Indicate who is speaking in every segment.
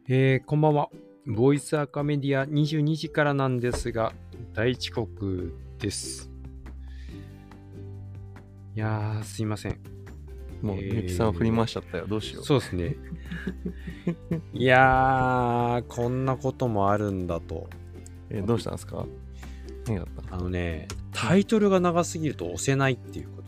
Speaker 1: こんばんは。ボイスアカメディア22時からなんですが、大遅刻です。いやー、すいません。
Speaker 2: もう、ゆきさんを振り回しちゃったよ。どうしよう。
Speaker 1: そうですね。いやー、こんなこともあるんだと。
Speaker 2: どうしたんですか？何があった？
Speaker 1: タイトルが長すぎると押せないっていうこと。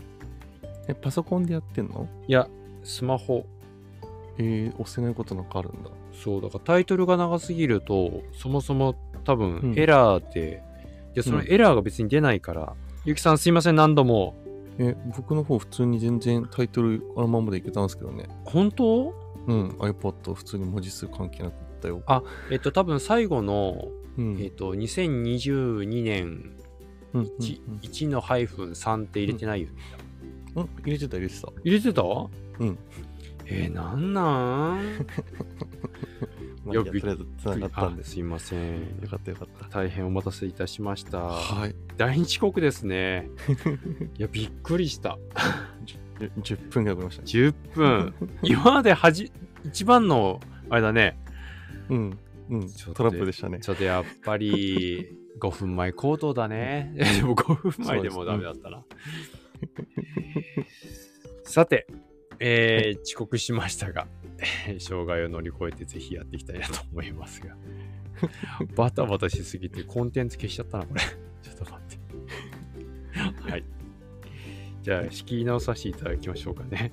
Speaker 2: パソコンでやってんの？
Speaker 1: いや、スマホ。
Speaker 2: 押せないことなんかあるんだ。
Speaker 1: そう、だからタイトルが長すぎると、そもそも多分エラーで、そのエラーが別に出ないから、ゆきさんすいません、何度も。
Speaker 2: 僕の方普通に全然タイトルあのままでいけたんですけどね。
Speaker 1: 本当？
Speaker 2: iPad 普通に文字数関係なかったよ。
Speaker 1: 多分最後の、2022年1の-3って入れてないよね。
Speaker 2: 入れてた。
Speaker 1: 入れてた？なんなん
Speaker 2: よくとりあえず繋がったんで。
Speaker 1: すいません。
Speaker 2: よかった。
Speaker 1: 大変お待たせいたしました。
Speaker 2: はい。
Speaker 1: 大遅刻ですね。いや、びっくりした。
Speaker 2: 10分がかりましたね。
Speaker 1: 10分。今まで一番の、あれだね。
Speaker 2: トラップでしたね。
Speaker 1: ちょっとやっぱり、5分前行動だね。でも5分前でもダメだったな。さて、遅刻しましたが、障害を乗り越えてぜひやっていきたいなと思いますが、バタバタしすぎてコンテンツ消しちゃったな、これ。ちょっと待って。はい。じゃあ、仕切り直させていただきましょうかね。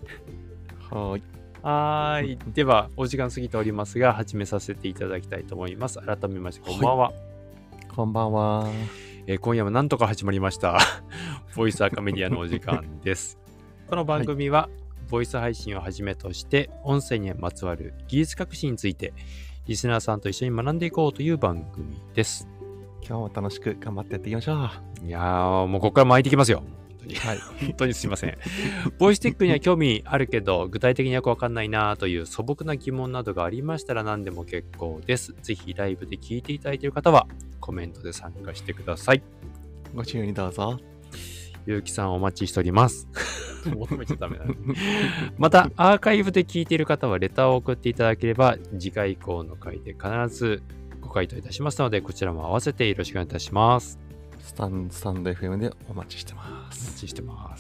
Speaker 1: はい。では、お時間過ぎておりますが、始めさせていただきたいと思います。改めまして、こんばんは。
Speaker 2: こんばんは。
Speaker 1: 今夜もなんとか始まりました。ボイスアカメディアのお時間です。この番組は、ボイス配信をはじめとして、音声にまつわる技術革新について、リスナーさんと一緒に学んでいこうという番組です。
Speaker 2: 今日も楽しく頑張ってやっていきましょう。
Speaker 1: いやー、もうここから巻いていきますよ。本当にすいません。ボイステックには興味あるけど、具体的によくわかんないなという素朴な疑問などがありましたら何でも結構です。ぜひライブで聞いていただいている方は、コメントで参加してください。
Speaker 2: ご自由にどうぞ。
Speaker 1: ゆうきさんお待ちしております。求めちゃダメだね。また、アーカイブで聞いている方はレターを送っていただければ、次回以降の回で必ずご回答いたしますので、こちらも合わせてよろしくお願いいたします。
Speaker 2: スタンド FM でお待ちしてます。
Speaker 1: お待ちしてます。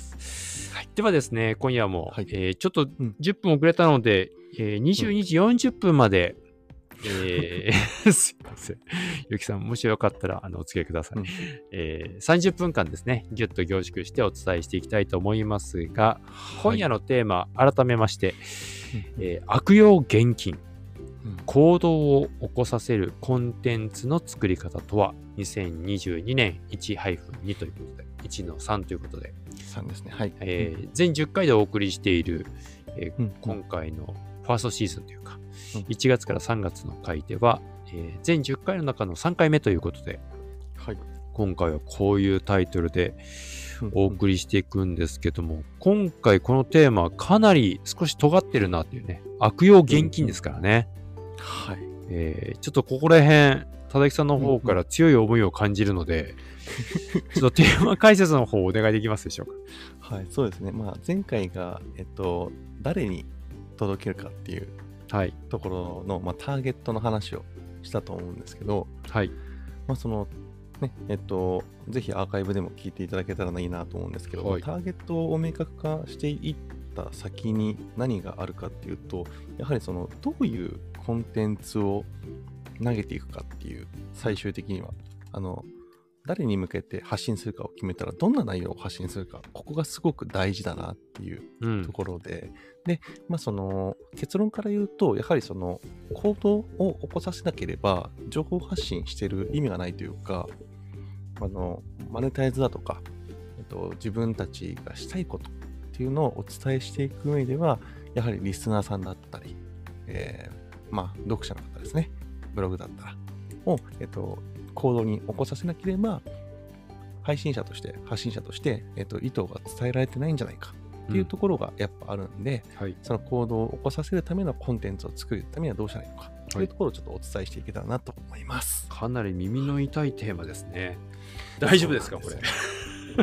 Speaker 1: はい、ではですね、今夜も、ちょっと10分遅れたので、22時40分まで、すいません。ゆきさん、もしよかったらお付き合いください。30分間ですね、ぎゅっと凝縮してお伝えしていきたいと思いますが、今夜のテーマ、改めまして、悪用現金、行動を起こさせるコンテンツの作り方とは、2022年 1-2 ということで、1の3ということで、
Speaker 2: 3ですね。はい。
Speaker 1: 全10回でお送りしている、今回のファーストシーズンというか、1月から3月の回では、全10回の中の3回目ということで、今回はこういうタイトルでお送りしていくんですけども、今回このテーマはかなり少し尖ってるなっていうね、悪用現金ですからね。ちょっとここら辺、田崎さんの方から強い思いを感じるので、ちょっとテーマ解説の方をお願いできますでしょうか。
Speaker 2: はい、そうですね。前回が、誰に届けるかっていうところの、ターゲットの話をしたと思うんですけど、そのね、ぜひアーカイブでも聞いていただけたらいいなと思うんですけど、ターゲットを明確化していった先に何があるかっていうと、やはりそのどういうコンテンツを投げていくかっていう、最終的には誰に向けて発信するかを決めたらどんな内容を発信するか、ここがすごく大事だなっていうところで、その結論から言うと、やはりその行動を起こさせなければ情報発信してる意味がないというか、マネタイズだとか、自分たちがしたいことっていうのをお伝えしていく上では、やはりリスナーさんだったり、読者の方ですね、ブログだったらを、行動に起こさせなければ、配信者として、発信者として、意図が伝えられてないんじゃないかっていうところがやっぱあるんで、その行動を起こさせるためのコンテンツを作るためにはどうしたらいいのかというところをちょっとお伝えしていけたらなと思います。
Speaker 1: かなり耳の痛いテーマですね。大丈夫ですか、これ。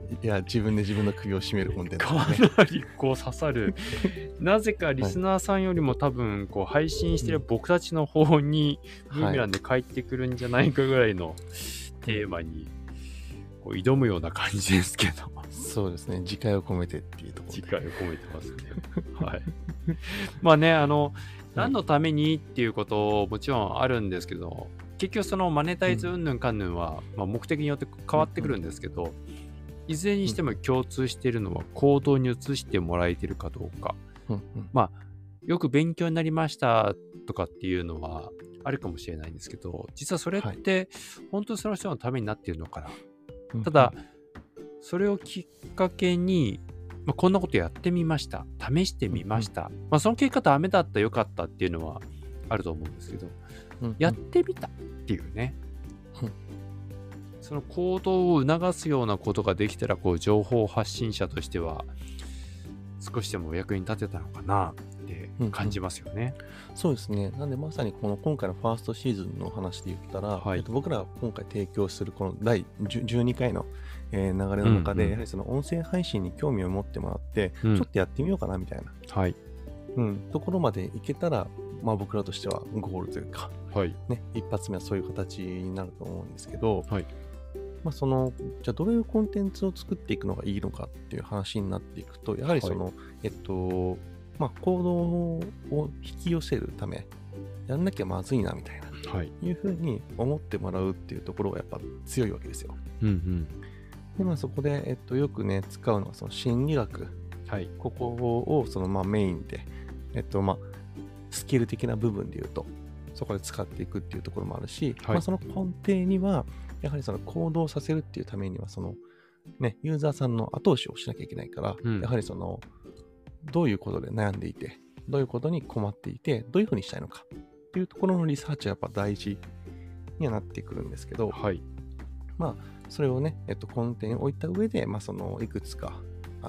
Speaker 2: いや、自分で自分の首を絞めるコンテンツ、ね、
Speaker 1: かなりこう刺さる。なぜかリスナーさんよりも多分こう配信してる僕たちの方にブーメランで帰ってくるんじゃないかぐらいのテーマにこう挑むような感じですけど。
Speaker 2: そうですね。自戒を込めてっていうところで。
Speaker 1: 自戒を込めてますね。はい。まあね、何のためにっていうこともちろんあるんですけど、結局そのマネタイズうんぬんかんぬんは、まあ、目的によって変わってくるんですけど、いずれにしても共通しているのは行動に移してもらえているかどうか。まあ、よく勉強になりましたとかっていうのはあるかもしれないんですけど、実はそれって本当にその人のためになっているのかな。ただ、それをきっかけに、まあ、こんなことやってみました。試してみました。まあ、その結果ダメだった、良かったっていうのはあると思うんですけど、やってみたっていうね。その行動を促すようなことができたら、こう、情報発信者としては、少しでもお役に立てたのかなって感じますよね。
Speaker 2: そうですね。なんでまさにこの今回のファーストシーズンの話で言ったら、僕らが今回提供するこの第12回の流れの中で、やはりその音声配信に興味を持ってもらって、ちょっとやってみようかなみたいな、ところまでいけたら、まあ僕らとしてはゴールというか、ね、一発目はそういう形になると思うんですけど、まあじゃあどういうコンテンツを作っていくのがいいのかっていう話になっていくと、やはりまあ行動を引き寄せるため、やんなきゃまずいなみたいな、いうふうに思ってもらうっていうところがやっぱ強いわけですよ。でまあそこで、よくね使うのはその心理学、ここをまあメインで、まあスキル的な部分で言うとそこで使っていくっていうところもあるし、まあその根底にはやはりその行動させるっていうためにはユーザーさんの後押しをしなきゃいけないから、やはりどういうことで悩んでいて、どういうことに困っていて、どういうふうにしたいのかっていうところのリサーチはやっぱ大事にはなってくるんですけど、まあそれをね、根底に置いた上で、まあいくつか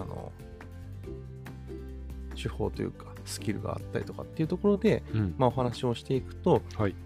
Speaker 2: 手法というかスキルがあったりとかっていうところで、まあお話をしていくと、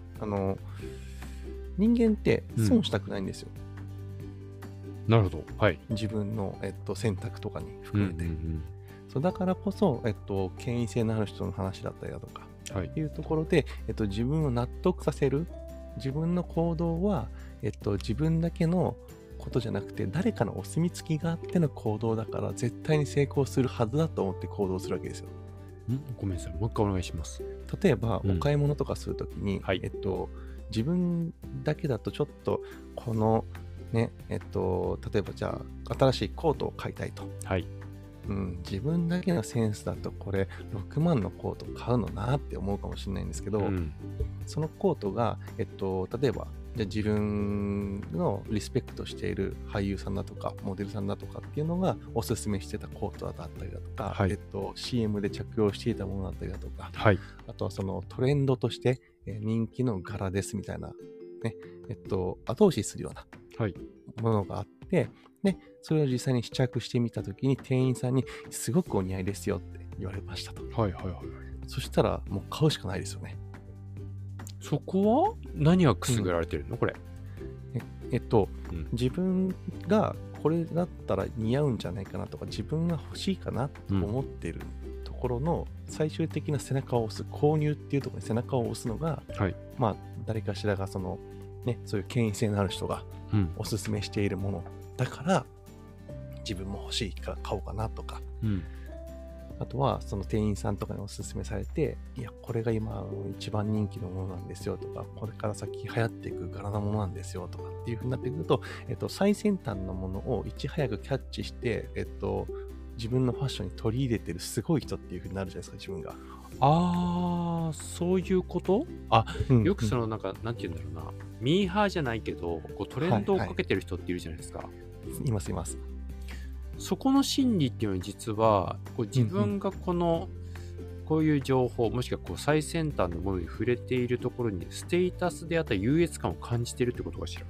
Speaker 2: 人間って損したくないんですよ。
Speaker 1: なるほど。
Speaker 2: 自分の、選択とかに含めて。そうだからこそ、権威性のある人の話だったりだとか、っていうところで、自分を納得させる、自分の行動は、自分だけのことじゃなくて、誰かのお墨付きがあっての行動だから、絶対に成功するはずだと思って行動するわけですよ。
Speaker 1: ごめんなさい。もう一回お願いします。
Speaker 2: 例えば、お買い物とかするときに、自分だけだとちょっと、この、ね、例えばじゃあ、新しいコートを買いたいと。自分だけのセンスだとこれ6万のコート買うのなって思うかもしれないんですけど、そのコートが、例えばじゃあ自分のリスペクトしている俳優さんだとかモデルさんだとかっていうのがおすすめしてたコートだったりだとか、CM で着用していたものだったりだとか、あとはそのトレンドとして人気の柄ですみたいな、ね後押しするようなものがあって、でそれを実際に試着してみたときに店員さんにすごくお似合いですよって言われましたと。そしたらもう買うしかないですよね。
Speaker 1: そこは何がくすぐられてるの、これ。
Speaker 2: 自分がこれだったら似合うんじゃないかなとか、自分が欲しいかなと思っているところの最終的な背中を押す、購入っていうところに背中を押すのが、まあ誰かしらがそういう権威性のある人がおすすめしているものだから、自分も欲しいから買おうかなとか、あとはその店員さんとかにおすすめされて、いやこれが今一番人気のものなんですよとか、これから先流行っていく柄のものなんですよとかっていう風になってくると、最先端のものをいち早くキャッチして、自分のファッションに取り入れてるすごい人っていう風になるじゃないですか、自分が。
Speaker 1: そういうこと？よくなんて言うんだろうな、ミーハーじゃないけどこうトレンドをかけてる人っているじゃないですか。
Speaker 2: いますいます。
Speaker 1: そこの心理っていうのは実はこう自分がこういう情報、もしくはこう最先端のものに触れているところにステータスであったり優越感を感じているってことかしら。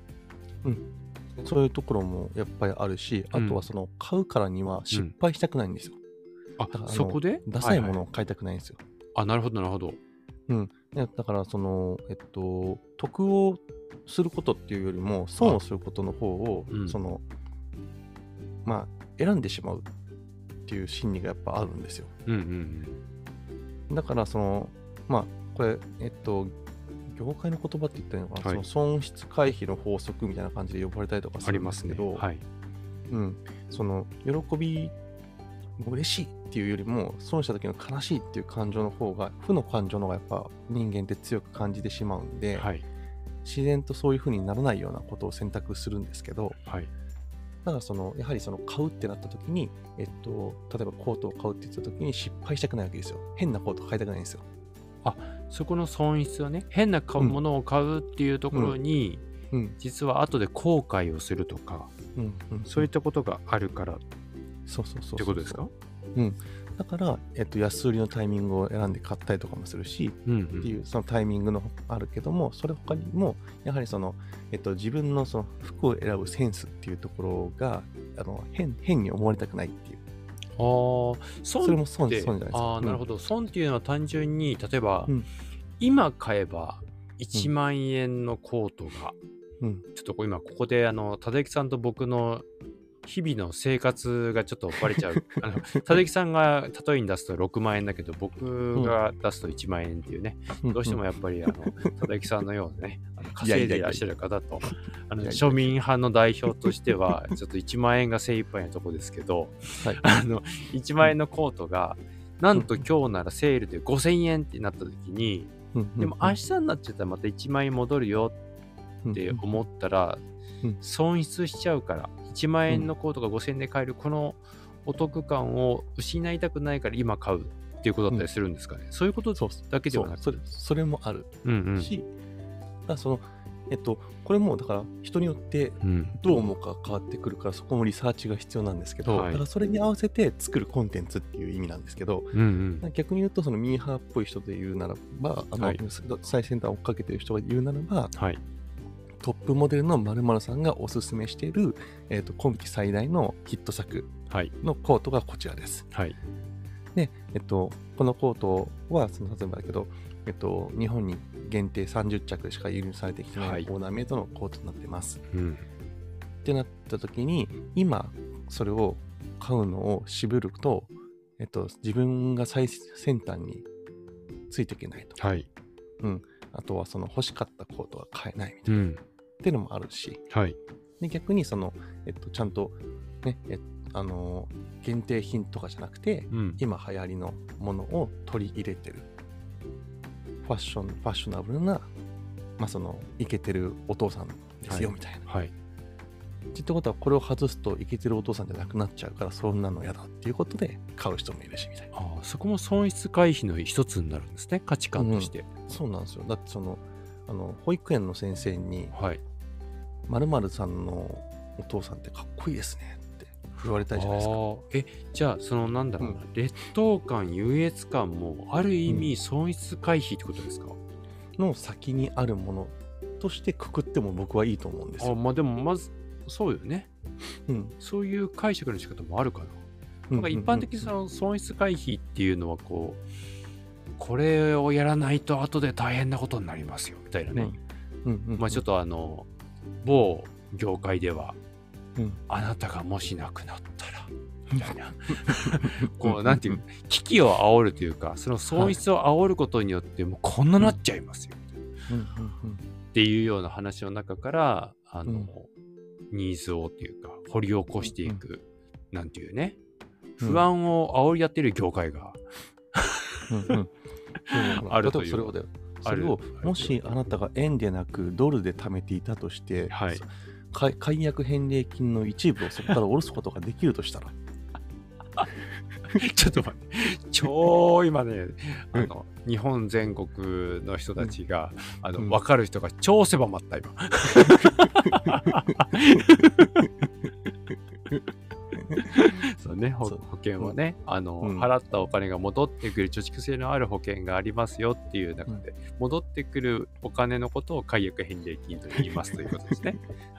Speaker 2: そういうところもやっぱりあるし、あとは買うからには失敗したくないんですよ。
Speaker 1: そこで
Speaker 2: ダサいものを買いたくないんですよ。
Speaker 1: なるほどなるほど。
Speaker 2: だから得をすることっていうよりも損をすることの方を選んでしまうっていう心理がやっぱあるんですよ。だからこれ業界の言葉って言ったらいいのかな、その損失回避の法則みたいな感じで呼ばれたりとかするんですけど、その喜び嬉しいっていうよりも損した時の悲しいっていう感情の方が、負の感情の方がやっぱ人間って強く感じてしまうんで、自然とそういう風にならないようなことを選択するんですけど、だからやはり買うってなった時に、例えばコートを買うって言った時に失敗したくないわけですよ。変なコート買いたくないんですよ。
Speaker 1: そこの損失はね、変なものを買うっていうところに、実は後で後悔をするとか、そういったことがあるからってことですか？
Speaker 2: だから、安売りのタイミングを選んで買ったりとかもするし、っていうそのタイミングのあるけども、それ他にもやはり自分の服を選ぶセンスっていうところが変に思われたくないっていう。
Speaker 1: そ
Speaker 2: れも損じゃないですか。
Speaker 1: なるほど。損っていうのは単純に、例えば、今買えば1万円のコートが、ちょっと今ここで忠之さんと僕の日々の生活がちょっとバレちゃう。忠之さんが例えに出すと6万円だけど、僕が出すと1万円っていうね、どうしてもやっぱり忠之さんのようなね、稼いでいらっしゃる方と、庶民派の代表としては、ちょっと1万円が精一杯なとこですけど、1万円のコートが、なんと今日ならセールで5000円ってなった時に、でも明日になっちゃったらまた1万円戻るよって思ったら、損失しちゃうから、1万円のコートが5000円で買えるこのお得感を失いたくないから今買うっていうことだったりするんですかね。そういうことだけではなくて、
Speaker 2: それもあるし、だからこれもだから人によってどう思うか変わってくるから、そこもリサーチが必要なんですけど、だからそれに合わせて作るコンテンツっていう意味なんですけど、逆に言うとミーハーっぽい人で言うならば、最先端を追っかけてる人が言うならば、トップモデルの〇〇さんがおすすめしている、今季最大のヒット作のコートがこちらです。で、このコートは例えばだけど、日本に限定30着しか輸入されてきてないオーダーメイドのコートになってます。ってなった時に、今それを買うのを渋ると、自分が最先端についていけないと。あとは欲しかったコートが買えないみたいな。っていうのもあるし、で逆にちゃんとね、限定品とかじゃなくて、今流行りのものを取り入れてるファッショナブルな、イケてるお父さんですよみたいな。ってことは、これを外すとイケてるお父さんじゃなくなっちゃうから、そんなの嫌だっていうことで買う人もいるしみたいな。
Speaker 1: そこも損失回避の一つになるんですね、価値観として。
Speaker 2: そうなんですよ。だって保育園の先生に、〇〇さんのお父さんってかっこいいですねって言われたいじゃないですか。
Speaker 1: じゃあなんだろうな、劣等感、優越感もある意味損失回避ってことですか？
Speaker 2: の先にあるものとしてくくっても僕はいいと思うんですよ。
Speaker 1: でもまずそうよね。そういう解釈の仕方もあるかな。なんか一般的に損失回避っていうのはこれをやらないと後で大変なことになりますよみたいなね。ちょっと某業界では、あなたがもしなくなったらみたいななんていう危機を煽るというか、その損失を煽ることによってもうこんななっちゃいますよっていうような話の中からニーズをっていうか掘り起こしていく、なんていうね、不安を煽りやっている業界があるという。
Speaker 2: それをもしあなたが円でなくドルで貯めていたとして、解約返礼金の一部をそこから下ろすことができるとしたら
Speaker 1: ちょっと待って、今ね、日本全国の人たちが、分かる人が超狭まった今。そうね、保険はね、払ったお金が戻ってくる貯蓄性のある保険がありますよっていう中で、戻ってくるお金のことを解約返礼金と言いますということですね。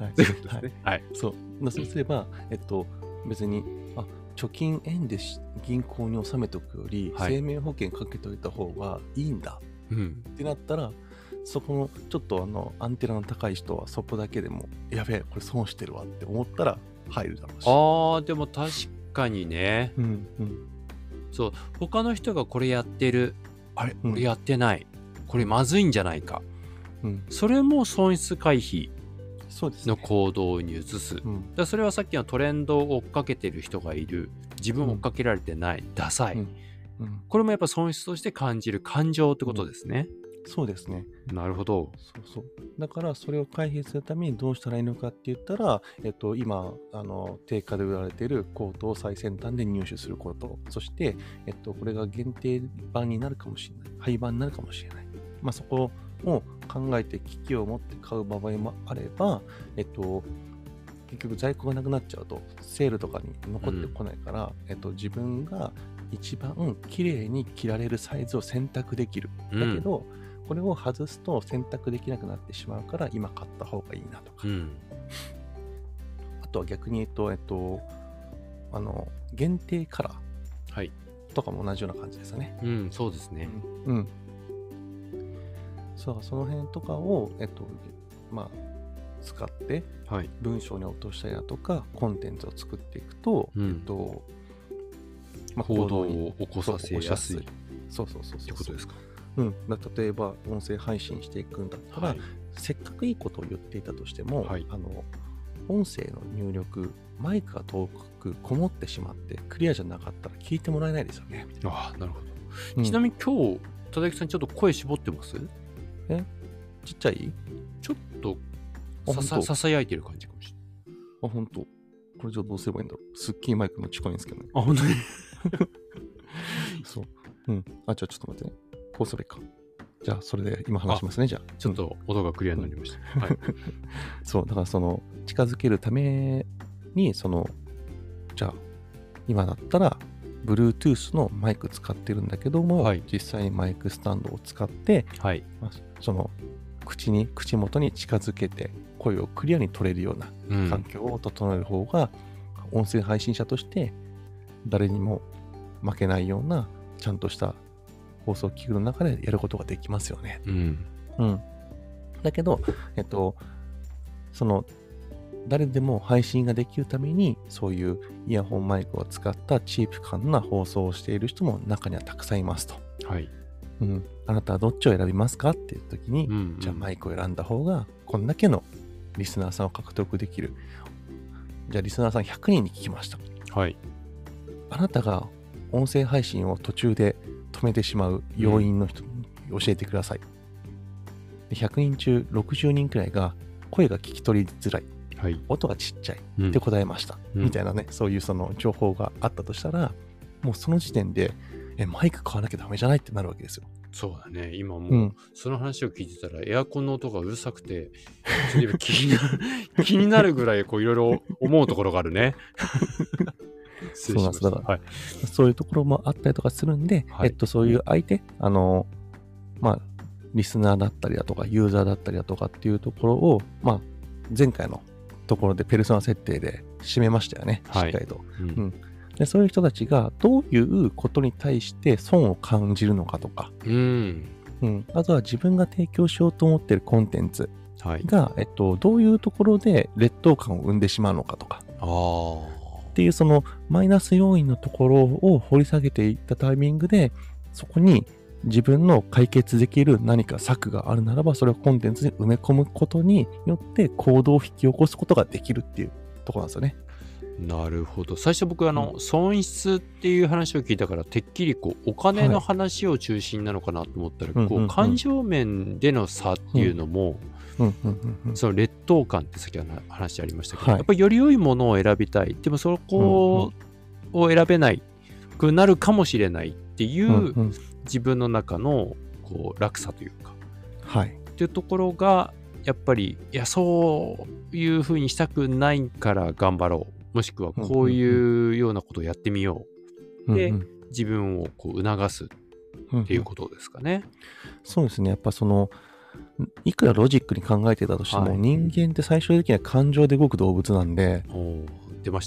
Speaker 2: そうすれば、別に貯金円で銀行に納めておくより、生命保険かけておいた方がいいんだってなったら、そこのちょっとアンテナの高い人はそこだけでもやべえこれ損してるわって思ったら入るだろうし。
Speaker 1: ああ、でも確かにね。
Speaker 2: うんうん。
Speaker 1: そう、他の人がこれやってる。あれ、
Speaker 2: うん
Speaker 1: 俺やってない。これまずいんじゃないか。
Speaker 2: うん、
Speaker 1: それも損失回避
Speaker 2: そうですね。
Speaker 1: の行動に移す。
Speaker 2: うん
Speaker 1: だからそれはさっきのトレンドを追っかけてる人がいる。自分を追っかけられてない。ダサい、
Speaker 2: うんうん、
Speaker 1: これもやっぱ損失として感じる感情ってことですね。
Speaker 2: そうですね。
Speaker 1: なるほど。
Speaker 2: そうそう。だからそれを回避するためにどうしたらいいのかって言ったら、今定価で売られているコートを最先端で入手すること、そして、これが限定版になるかもしれない、廃版になるかもしれない。まあ、そこを考えて危機を持って買う場合もあれば、結局在庫がなくなっちゃうとセールとかに残ってこないから、自分が一番綺麗に着られるサイズを選択できる。だけど、これを外すと選択できなくなってしまうから今買った方がいいなとか、あとは逆に言うと、限定カラーとかも同じような感じですよね。
Speaker 1: そうですね。
Speaker 2: そう、その辺とかをまあ使って文章に落としたりだとか、コンテンツを作っていくと、
Speaker 1: 行動を起こさせやすい。
Speaker 2: そうって
Speaker 1: ことですか。
Speaker 2: 例えば音声配信していくんだったら、せっかくいいことを言っていたとしても、音声の入力、マイクが遠くこもってしまってクリアじゃなかったら聞いてもらえないですよね。
Speaker 1: ああ、なるほど。ちなみに今日田崎さんちょっと声絞ってます？
Speaker 2: ちっちゃい？ちょっと
Speaker 1: ささやいてる感じかもしれない。
Speaker 2: あ、本当。これじゃあどうすればいいんだろう。スッキーマイクも近いんですけどね。
Speaker 1: あ、本当に
Speaker 2: そう。じゃあちょっと待ってね。こうすればいいか。じゃあそれで今話しますね。じゃあ
Speaker 1: ちょっと音がクリアになりました。
Speaker 2: そう、だから近づけるためにじゃあ今だったら Bluetooth のマイク使ってるんだけども、実際にマイクスタンドを使って、口元に近づけて声をクリアに取れるような環境を整える方が、音声配信者として誰にも負けないようなちゃんとした放送器具の中でやることができますよね。だけど、誰でも配信ができるためにそういうイヤホンマイクを使ったチープ感な放送をしている人も中にはたくさんいますと。あなたはどっちを選びますかっていう時に、じゃあマイクを選んだ方がこんだけのリスナーさんを獲得できる。じゃあリスナーさん100人に聞きました。あなたが音声配信を途中で止めてしまう要因の人に教えてください。で100人中60人くらいが声が聞き取りづらい。音がちっちゃいって答えました。みたいなね、そういう情報があったとしたら、もうその時点で、マイク買わなきゃダメじゃないってなるわけですよ。
Speaker 1: そうだね。今もう、その話を聞いてたら、エアコンの音がうるさくて、気になるぐらいいろいろ思うところがあるね。
Speaker 2: そうなんです。だから、そういうところもあったりとかするんで、そういう相手、リスナーだったりだとか、ユーザーだったりだとかっていうところを、前回のところでペルソナ設定で締めましたよね。しっかりと。でそういう人たちがどういうことに対して損を感じるのかとか、あとは自分が提供しようと思っているコンテンツが、どういうところで劣等感を生んでしまうのかとか、っていうマイナス要因のところを掘り下げていったタイミングで、そこに自分の解決できる何か策があるならば、それをコンテンツに埋め込むことによって行動を引き起こすことができるっていうところなんですよね。
Speaker 1: なるほど。最初僕損失っていう話を聞いたからてっきりお金の話を中心なのかなと思ったら、感情面での差っていうのも、その劣等感って先ほど話ありましたけど、やっぱりより良いものを選びたい。でもそこを選べないくなるかもしれないっていう自分の中の落差というか、っていうところがやっぱりそういうふうにしたくないから頑張ろう。もしくはこういうようなことをやってみよう。で、自分を促すっていうことですかね。
Speaker 2: そうですね。やっぱいくらロジックに考えてたとしても、人間って最終的には感情で動く動物なんで。
Speaker 1: 出ました。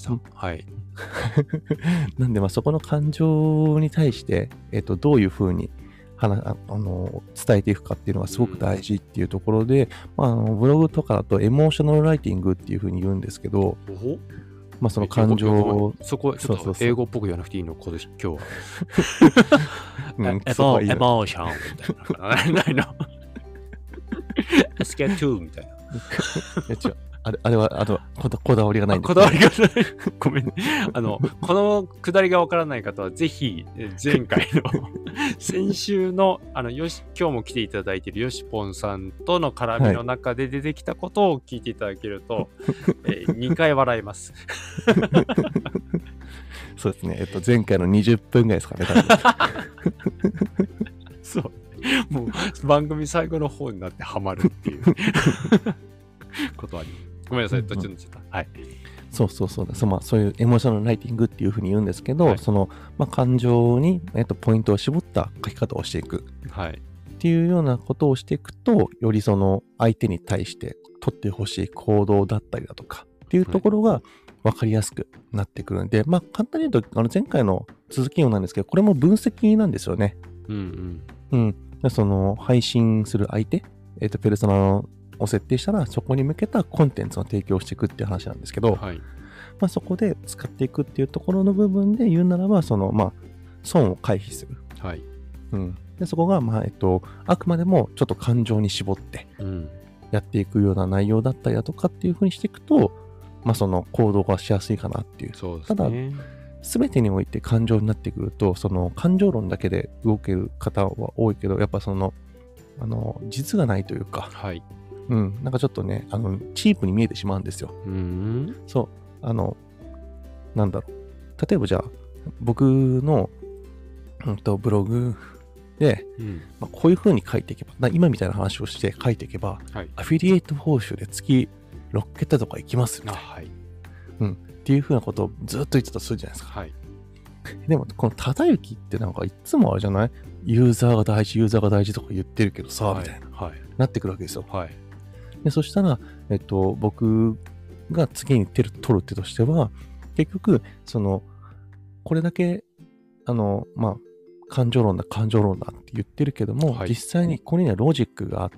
Speaker 2: なんで、そこの感情に対して、どういうふうに伝えていくかっていうのがすごく大事っていうところで、ブログとかだとエモーショナルライティングっていうふうに言うんですけど、 まあその感情を、
Speaker 1: そこちょっと英語っぽく言わなくていいの、今日は。エモーションみたいな。ないの。スケートみたいな。
Speaker 2: 違う。あれは、こだわりがないんで。
Speaker 1: こだわりがない。ごめんね。このくだりがわからない方は、ぜひ、前回の、先週の、今日も来ていただいているよしぽんさんとの絡みの中で出てきたことを聞いていただけると、2回笑えます。
Speaker 2: そうですね。前回の20分ぐらいですかね、多分。
Speaker 1: そう。もう、番組最後の方になってハマるっていうことはあります。ごめんなさい、途中にちゃった。はい。
Speaker 2: そういうエモーショナルライティングっていうふうに言うんですけど、はい、感情に、ポイントを絞った書き方をしていく。はい。っていうようなことをしていくと、より相手に対して取ってほしい行動だったりだとか、っていうところが分かりやすくなってくるんで、簡単に言うと、前回の続きなんですけど、これも分析なんですよね。配信する相手、ペルソナを設定したら、そこに向けたコンテンツを提供していくっていう話なんですけど、はい、そこで使っていくっていうところの部分で言うならば、損を回避する。はい。でそこが、あくまでもちょっと感情に絞ってやっていくような内容だったりだとかっていうふうにしていくと、行動がしやすいかなっていう。
Speaker 1: そうですね。
Speaker 2: ただ、すべてにおいて感情になってくると、感情論だけで動ける方は多いけど、やっぱ実がないというか、はい。なんかちょっとね、チープに見えてしまうんですよ。そう、なんだろう。例えばじゃあ、僕の、ブログで、こういう風に書いていけば、今みたいな話をして書いていけば、はい、アフィリエイト報酬で月6桁とかいきますみたいな。はい。っていう風なことをずっと言ってたとするじゃないですか。はい。でも、この忠行ってなんかいつもあれじゃない？ユーザーが大事とか言ってるけどさ、みたいな、はい。なってくるわけですよ。はい。でそしたら、僕が次に取る手としては、結局、これだけ、感情論だって言ってるけども、はい、実際にこれにはロジックがあって、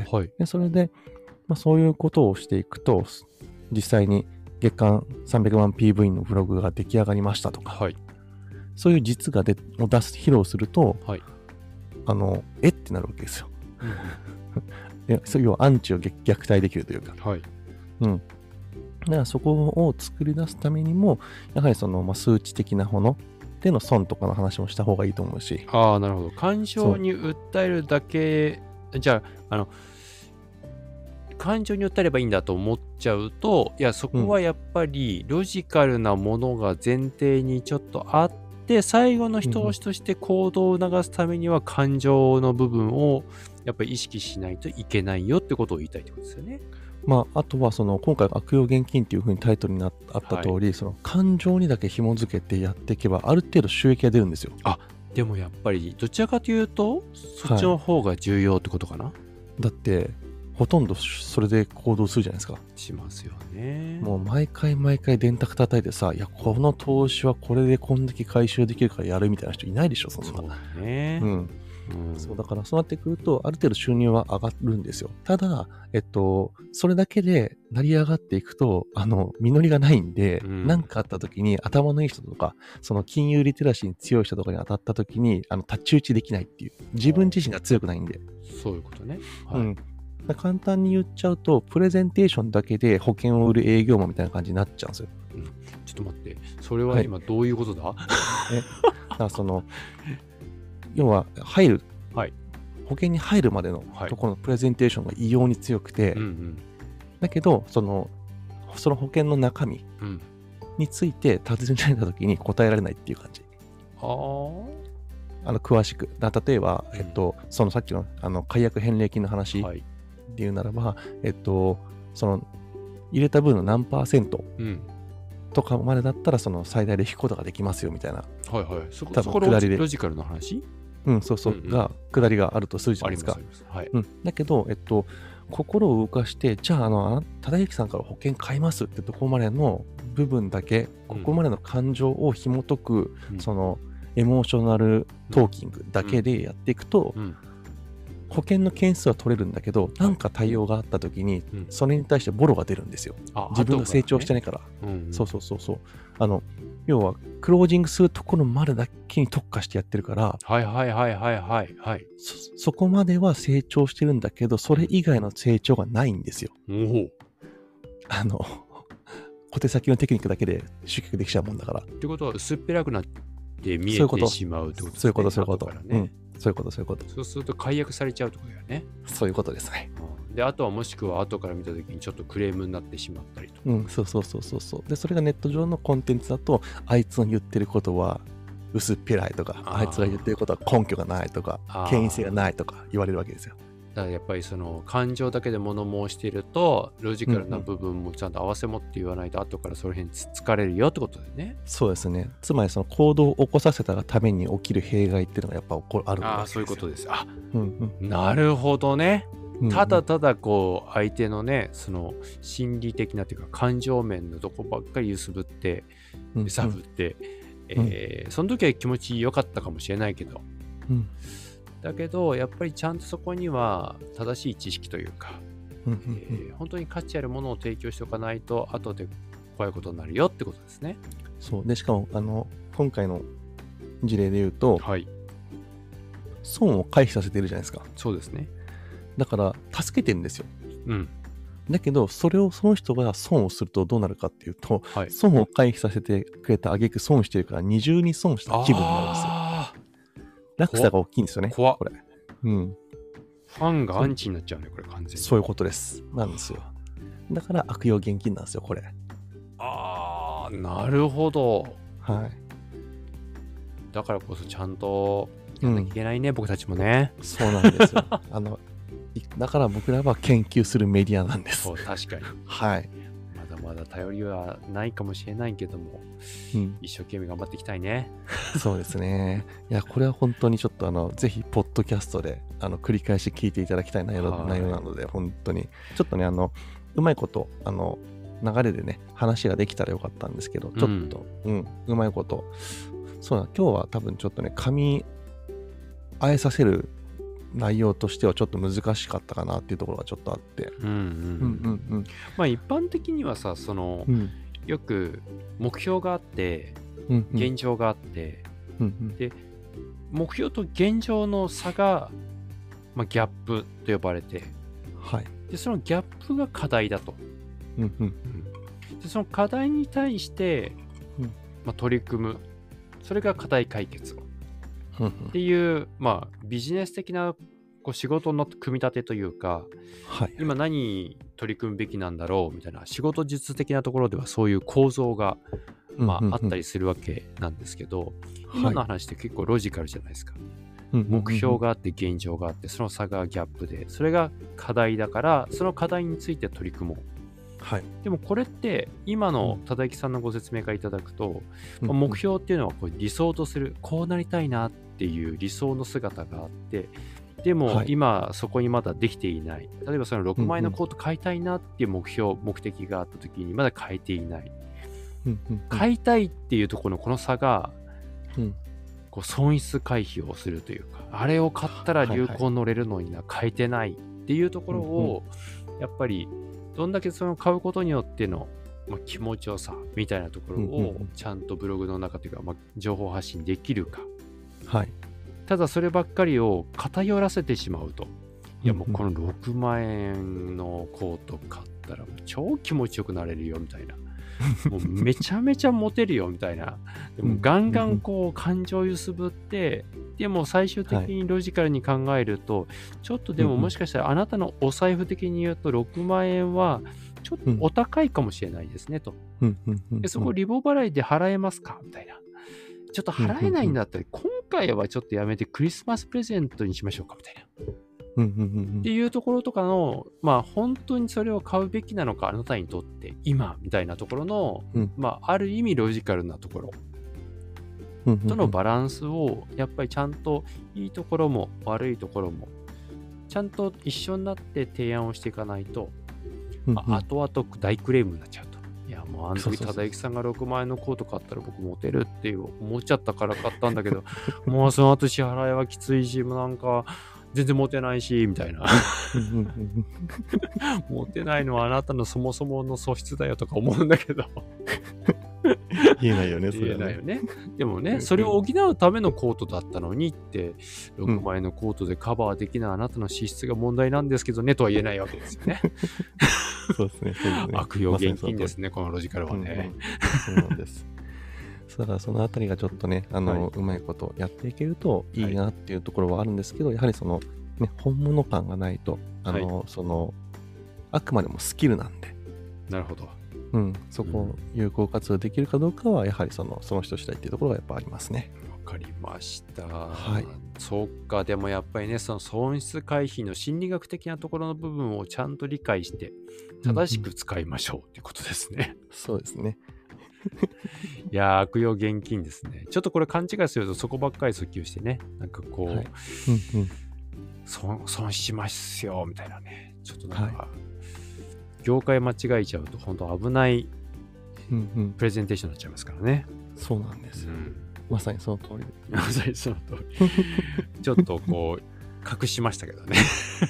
Speaker 2: はい、でそれで、そういうことをしていくと、実際に月間300万 PV のブログが出来上がりましたとか、はい、そういう実がを披露すると、はい、ってなるわけですよ。そういうアンチを虐待できるというか、はい。だからそこを作り出すためにも、やはり数値的なものでの損とかの話もした方がいいと思うし。
Speaker 1: ああ、なるほど。感情に訴えるだけ、じゃあ、感情に訴えればいいんだと思っちゃうと、いや、そこはやっぱりロジカルなものが前提にちょっとあって、最後の一押しとして行動を促すためには感情の部分をやっぱり意識しないといけないよってことを言いたいってことですよね。
Speaker 2: あとは今回悪用現金っていう風にタイトルにあった通り、はい、感情にだけ紐づけてやっていけばある程度収益が出るんですよ。
Speaker 1: でもやっぱりどちらかというとそっちの方が重要ってことかな。
Speaker 2: だってほとんどそれで行動するじゃないですか。
Speaker 1: しますよね。
Speaker 2: もう毎回電卓叩いてさ、いやこの投資はこれでこんだけ回収できるからやるみたいな人いないでしょ、そんな。
Speaker 1: そうだね。
Speaker 2: そうだからそうなってくるとある程度収入は上がるんですよ。ただそれだけで成り上がっていくと実りがないんで、何かあった時に頭のいい人とか金融リテラシーに強い人とかに当たった時に太刀打ちできないっていう、自分自身が強くないんで。
Speaker 1: そういうことね。はい。
Speaker 2: 簡単に言っちゃうとプレゼンテーションだけで保険を売る営業マンみたいな感じになっちゃうんですよ。
Speaker 1: ちょっと待って、それは今どういうことだ？
Speaker 2: だから要は入る、はい、保険に入るまでのところのプレゼンテーションが異様に強くて、だけどその保険の中身について尋ねられた時に答えられないっていう感じ。詳しく例えば、そのさっきの解約返礼金の話で言うならば、その入れた分の何%とかまでだったら最大で引くことができますよみたいな。
Speaker 1: はいはい。そこロジカルな話？
Speaker 2: そうそう、が下りがあるとするじゃないですか。はい。だけど心を動かしてじゃあ忠之さんから保険買いますってとこまでの部分だけ、ここまでの感情を紐解く、エモーショナルトーキングだけでやっていくと、 保険の件数は取れるんだけど、なんか対応があった時に、それに対してボロが出るんですよ。自分が成長してないから。そうそうそうそう。要は、クロージングするところまでだけに特化してやってるから、
Speaker 1: はいはいはいはいはいはい。
Speaker 2: そこまでは成長してるんだけど、それ以外の成長がないんですよ。小手先のテクニックだけで集客できちゃうもんだから。
Speaker 1: ってことは、薄っぺらくなって見えてしまうってことですね。
Speaker 2: そういうこと、そういうこと。そういうこと。
Speaker 1: そうすると解約されちゃうってことだよね。
Speaker 2: そういうことですね。
Speaker 1: で、あとはもしくは後から見たときにちょっとクレームになってしまったりと。
Speaker 2: そう。で、それがネット上のコンテンツだと、あいつの言ってることは薄っぺらいとか、あいつが言ってることは根拠がないとか、権威性がないとか言われるわけですよ。
Speaker 1: だからやっぱりその感情だけで物申していると、ロジカルな部分もちゃんと合わせ持って言わないと、後からその辺つつかれるよってことだよね。
Speaker 2: そうですね。つまりその行動を起こさせたがために起きる弊害っていうのがやっぱあるわけですよ。
Speaker 1: そういうことです。なるほどね。ただただこう相手のね、その心理的なっていうか感情面のとこばっかり揺すぶって揺さぶって、その時は気持ち良かったかもしれないけど、だけどやっぱりちゃんとそこには正しい知識というか、本当に価値あるものを提供しておかないと後で怖いことになるよってことですね。
Speaker 2: そうで、しかも今回の事例で言うと、損を回避させてるじゃないですか。
Speaker 1: そうですね。
Speaker 2: だから助けてるんですよ。だけどその人が損をするとどうなるかっていうと、損を回避させてくれた挙句損してるから二重に損した気分になるんですよ。落差が大きいんですよね。これ。
Speaker 1: ファンがアンチになっちゃうね、これ完全に。
Speaker 2: そういうことです。なんですよ。だから悪用現金なんですよ、これ。
Speaker 1: なるほど。
Speaker 2: はい。
Speaker 1: だからこそちゃんとやんなきゃいけないね、僕たちもね。
Speaker 2: そうなんですよ。だから僕らは研究するメディアなんです。
Speaker 1: そう、確かに。
Speaker 2: はい。
Speaker 1: まだまだ頼りはないかもしれないけども、一生懸命頑張っていきたいね。
Speaker 2: そうですね。いや、これは本当にちょっとぜひ、ポッドキャストで繰り返し聞いていただきたい内容なので、本当に、ちょっとね、うまいこと、流れでね、話ができたらよかったんですけど、ちょっと、うまいこと、そうだ、今日は多分ちょっとね、噛み合えさせる内容としてはちょっと難しかったかなっていうところがちょっとあって。
Speaker 1: まあ一般的にはさ、よく目標があって、現状があって、で、目標と現状の差が、ギャップと呼ばれて、で、そのギャップが課題だと。で、その課題に対して、取り組む。それが課題解決っていう、ビジネス的な仕事の組み立てというか、今何取り組むべきなんだろうみたいな仕事術的なところではそういう構造が、あったりするわけなんですけど、今の話って結構ロジカルじゃないですか。目標があって現状があってその差がギャップで、それが課題だからその課題について取り組もう。でもこれって今の忠之さんのご説明からいただくと、目標っていうのはこう理想とするこうなりたいなっていう理想の姿があって、でも今そこにまだできていない、例えばその6万円のコート買いたいなっていう目標、目的があった時にまだ買えていない、買いたいっていうところのこの差が、こう損失回避をするというか、あれを買ったら流行乗れるのにな、買えてないっていうところを、やっぱりどんだけその買うことによっての、気持ちよさみたいなところをちゃんとブログの中というか、情報発信できるか。ただそればっかりを偏らせてしまうと、いやもうこの6万円のコート買ったらもう超気持ちよくなれるよみたいな、もうめちゃめちゃモテるよみたいな、でもガンガンこう感情揺すぶって、でも最終的にロジカルに考えると、ちょっとでももしかしたらあなたのお財布的に言うと6万円はちょっとお高いかもしれないですねと。でそこリボ払いで払えますかみたいな。ちょっと払えないんだったら今回はちょっとやめてクリスマスプレゼントにしましょうかみたいな。っていうところとかの、本当にそれを買うべきなのか、あなたにとって今みたいなところの、ある意味ロジカルなところとのバランスをやっぱりちゃんといいところも悪いところもちゃんと一緒になって提案をしていかないと、後々大クレームになっちゃうと。いやもうあの時忠之さんが6万円のコート買ったら僕モテるって思っちゃったから買ったんだけどもうその後支払いはきついし、なんか全然モテないし、みたいな。モテないのはあなたのそもそもの素質だよとか思うんだけど。
Speaker 2: 言えないよね、それはね。
Speaker 1: 言えないよね。でもね、それを補うためのコートだったのにって、6枚のコートでカバーできないあなたの資質が問題なんですけどね、とは言えないわけですよね。
Speaker 2: そうですね。
Speaker 1: 悪用現金ですね、このロジカルはね。
Speaker 2: そうなんです。だからそのあたりがちょっとね、うまいことやっていけるといいなっていうところはあるんですけど、やはりその、ね、本物感がないと、その、あくまでもスキルなんで。
Speaker 1: なるほど。
Speaker 2: そこを有効活用できるかどうかは、やはりその人次第っていうところがやっぱありますね。
Speaker 1: わかりました。そうか、でもやっぱりね、その損失回避の心理学的なところの部分をちゃんと理解して、正しく使いましょうっていうことですね。
Speaker 2: そうですね。
Speaker 1: いやー、悪用現金ですね。ちょっとこれ勘違いするとそこばっかり訴求してね、なんかこう、損しますよ、みたいなね。ちょっとなんか、業界間違えちゃうと本当危ないプレゼンテーションになっちゃいますからね。
Speaker 2: そうなんですよ。まさにその通り。
Speaker 1: まさにその通り。ちょっとこう、隠しましたけどね。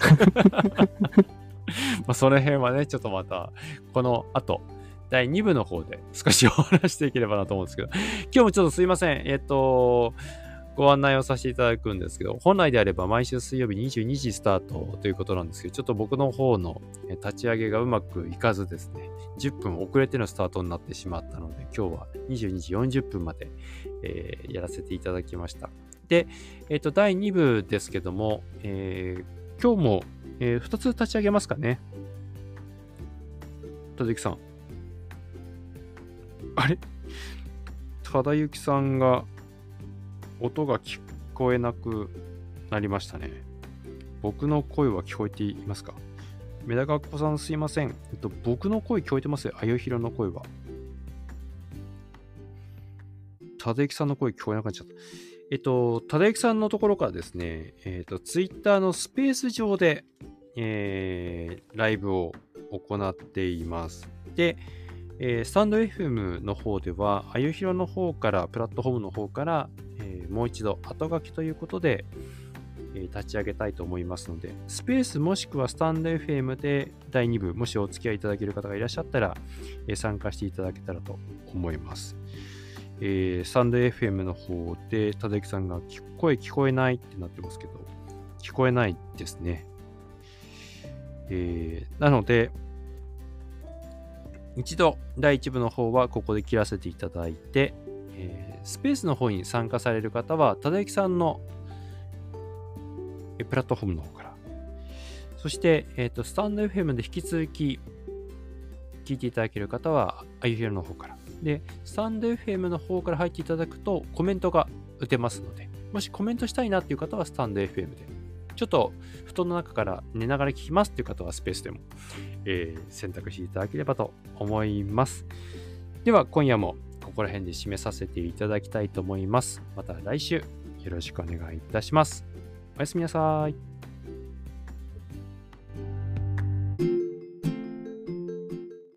Speaker 1: その辺はね、ちょっとまた、この後、第2部の方で少しお話していければなと思うんですけど、今日もちょっとすいません。ご案内をさせていただくんですけど、本来であれば毎週水曜日22時スタートということなんですけど、ちょっと僕の方の立ち上げがうまくいかずですね、10分遅れてのスタートになってしまったので、今日は22時40分まで、やらせていただきました。で、第2部ですけども、今日も、2つ立ち上げますかね。ただゆきさん。あれ？ただゆきさんが音が聞こえなくなりましたね。僕の声は聞こえていますか？メダカっ子さんすいません。僕の声聞こえてますよ。あゆひろの声は。ただゆきさんの声聞こえなくなっちゃった。ただゆきさんのところからですね、ツイッターのスペース上で、ライブを行っています。で、スタンド FM の方では、あゆひろの方から、プラットフォームの方から、もう一度後書きということで、立ち上げたいと思いますので、スペースもしくはスタンド FM で第2部、もしお付き合いいただける方がいらっしゃったら、参加していただけたらと思います。スタンド FM の方で、ただゆきさんが声聞こえないってなってますけど、聞こえないですね。なので、一度第1部の方はここで切らせていただいて、スペースの方に参加される方は、ただゆきさんのプラットフォームの方から、そして、スタンド FM で引き続き聞いていただける方は、あゆひろの方から。で、スタンド FM の方から入っていただくとコメントが打てますので、もしコメントしたいなっていう方はスタンド FM で、ちょっと布団の中から寝ながら聞きますっていう方はスペースでも、選択していただければと思います。では今夜もここら辺で締めさせていただきたいと思います。また来週よろしくお願いいたします。おやすみなさい。